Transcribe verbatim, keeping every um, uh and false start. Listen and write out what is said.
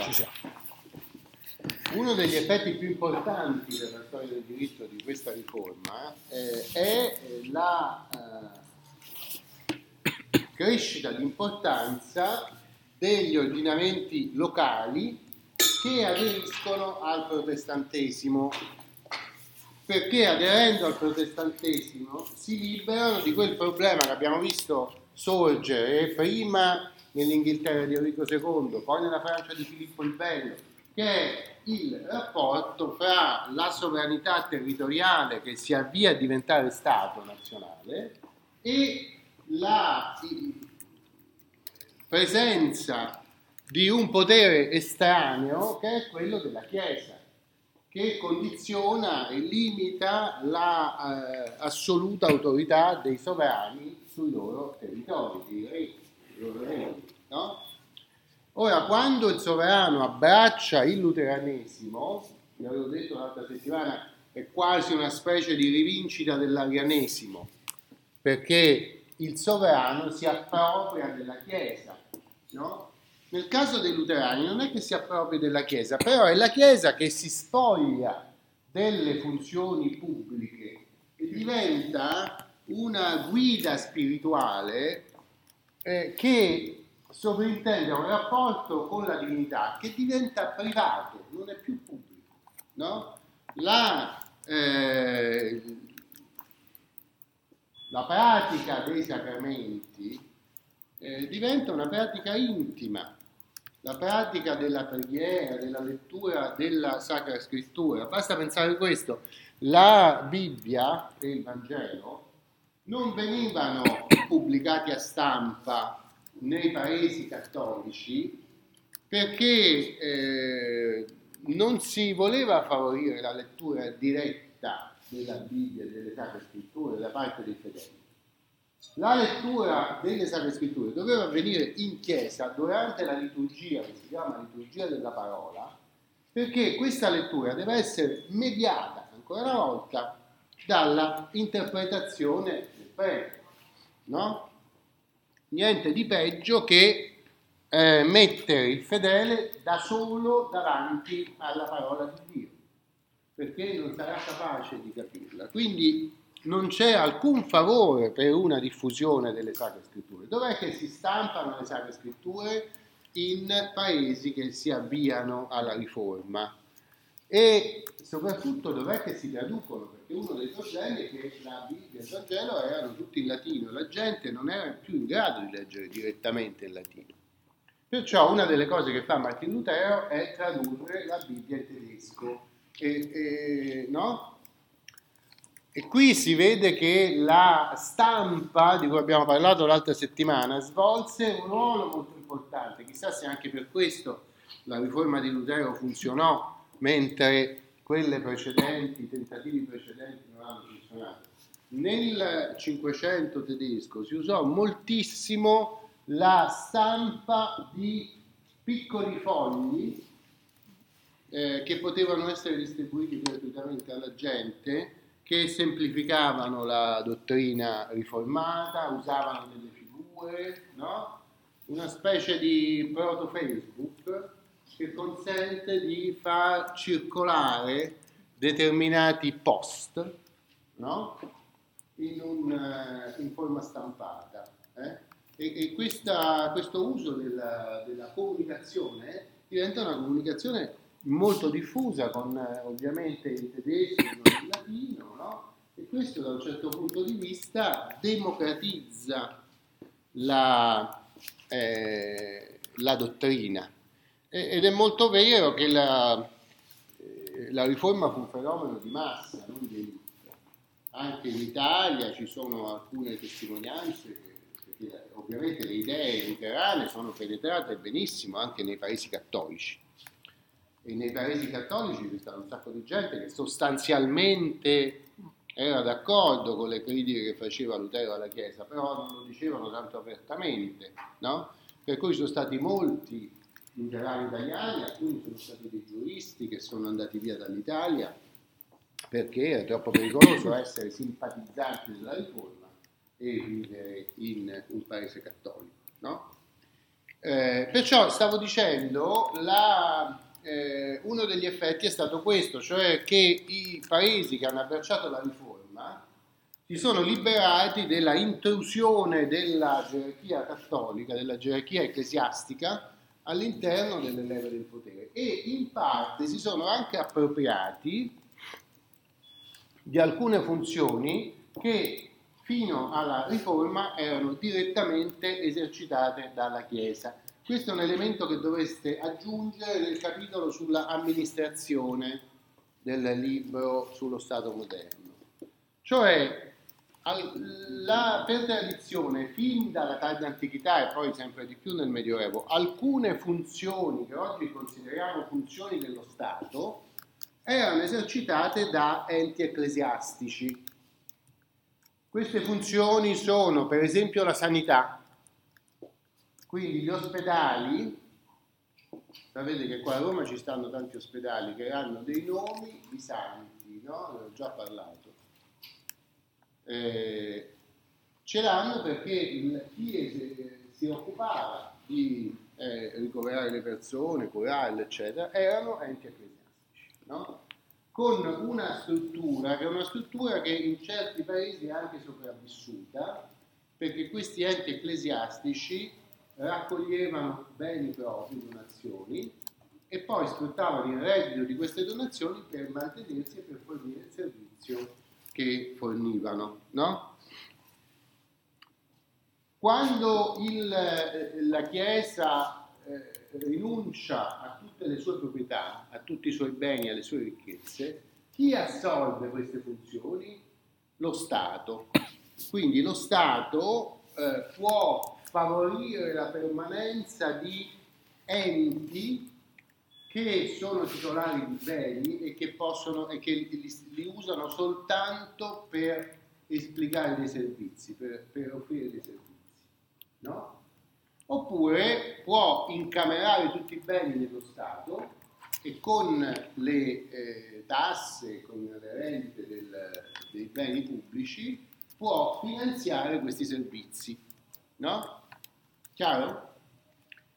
Uno degli effetti più importanti della storia del diritto di questa riforma eh, è la eh, crescita di importanza degli ordinamenti locali che aderiscono al protestantesimo, perché aderendo al protestantesimo si liberano di quel problema che abbiamo visto sorgere prima nell'Inghilterra di Enrico secondo, poi nella Francia di Filippo il Bello, che è il rapporto fra la sovranità territoriale che si avvia a diventare Stato nazionale e la presenza di un potere estraneo che è quello della Chiesa, che condiziona e limita la eh, assoluta autorità dei sovrani sui loro territori, dei re, dei loro regni, no? Ora, quando il sovrano abbraccia il luteranesimo, vi avevo detto l'altra settimana, è quasi una specie di rivincita dell'arianesimo, perché il sovrano si appropria della Chiesa, no? Nel caso dei luterani non è che si appropria della Chiesa, però è la Chiesa che si spoglia delle funzioni pubbliche e diventa una guida spirituale eh, che sovrintende un rapporto con la divinità che diventa privato, non è più pubblico, no? La, eh, la pratica dei sacramenti eh, diventa una pratica intima, la pratica della preghiera, della lettura della Sacra Scrittura. Basta pensare questo: la Bibbia e il Vangelo non venivano pubblicati a stampa nei paesi cattolici perché eh, non si voleva favorire la lettura diretta della Bibbia e delle Sacre Scritture da parte dei fedeli. La lettura delle Sacre Scritture doveva avvenire in chiesa durante la liturgia, che si chiama liturgia della parola, perché questa lettura deve essere mediata, ancora una volta, dalla interpretazione del prete, no? Niente di peggio che eh, mettere il fedele da solo davanti alla parola di Dio, perché non sarà capace di capirla. Quindi non c'è alcun favore per una diffusione delle Sacre Scritture. Dov'è che si stampano le Sacre Scritture? In paesi che si avviano alla Riforma. E soprattutto dov'è che si traducono? Perché uno dei problemi è che la Bibbia e il Vangelo erano tutti in latino, la gente non era più in grado di leggere direttamente il latino. Perciò una delle cose che fa Martin Lutero è tradurre la Bibbia in tedesco. E, e, no? E qui si vede che la stampa, di cui abbiamo parlato l'altra settimana, svolse un ruolo molto importante. Chissà se anche per questo la riforma di Lutero funzionò, mentre quelle precedenti, i tentativi precedenti non hanno funzionato. Nel Cinquecento tedesco si usò moltissimo la stampa di piccoli fogli eh, che potevano essere distribuiti gratuitamente alla gente, che semplificavano la dottrina riformata, usavano delle figure, no? Una specie di proto-Facebook che consente di far circolare determinati post, no? in, un, in forma stampata. Eh? E, e questa, questo uso della, della comunicazione diventa una comunicazione molto diffusa, con eh, ovviamente il tedesco, il latino, no? E questo da un certo punto di vista democratizza la, eh, la dottrina. E, ed è molto vero che la, eh, la riforma fu un fenomeno di massa, non di elite. Anche in Italia ci sono alcune testimonianze che, perché ovviamente le idee luterane sono penetrate benissimo anche nei paesi cattolici. E nei paesi cattolici c'è stato un sacco di gente che sostanzialmente era d'accordo con le critiche che faceva Lutero alla Chiesa, però non lo dicevano tanto apertamente, no? Per cui sono stati molti luterani italiani, alcuni sono stati dei giuristi che sono andati via dall'Italia perché era troppo pericoloso essere simpatizzanti della riforma e vivere in un paese cattolico, no? Eh, perciò stavo dicendo, la, eh, uno degli effetti è stato questo, cioè che i paesi che hanno abbracciato la riforma si sono liberati della intrusione della gerarchia cattolica, della gerarchia ecclesiastica all'interno delle leve del potere e in parte si sono anche appropriati di alcune funzioni che fino alla riforma erano direttamente esercitate dalla Chiesa. Questo è un elemento che dovreste aggiungere nel capitolo sulla amministrazione del libro sullo Stato moderno. Cioè, la, per tradizione, fin dalla tarda antichità e poi sempre di più nel Medioevo, alcune funzioni che oggi consideriamo funzioni dello Stato erano esercitate da enti ecclesiastici. Queste funzioni sono, per esempio, la sanità. Quindi gli ospedali, sapete che qua a Roma ci stanno tanti ospedali che hanno dei nomi di santi, no? Ne ho già parlato. Eh, ce l'hanno perché il, chi es- si occupava di eh, ricoverare le persone, curarle, eccetera, erano enti ecclesiastici, no? Con una struttura che è una struttura che in certi paesi è anche sopravvissuta, perché questi enti ecclesiastici raccoglievano beni propri, donazioni, e poi sfruttavano il reddito di queste donazioni per mantenersi e per fornire il servizio che fornivano, no? Quando il, la Chiesa eh, rinuncia a tutte le sue proprietà, a tutti i suoi beni, alle sue ricchezze, chi assolve queste funzioni? Lo Stato. Quindi lo Stato eh, può favorire la permanenza di enti che sono titolari di beni e che, possono, e che li, li usano soltanto per esplicare dei servizi, per, per offrire dei servizi. No? Oppure può incamerare tutti i beni dello Stato e con le eh, tasse, con le rendite del, dei beni pubblici può finanziare questi servizi, no? Chiaro?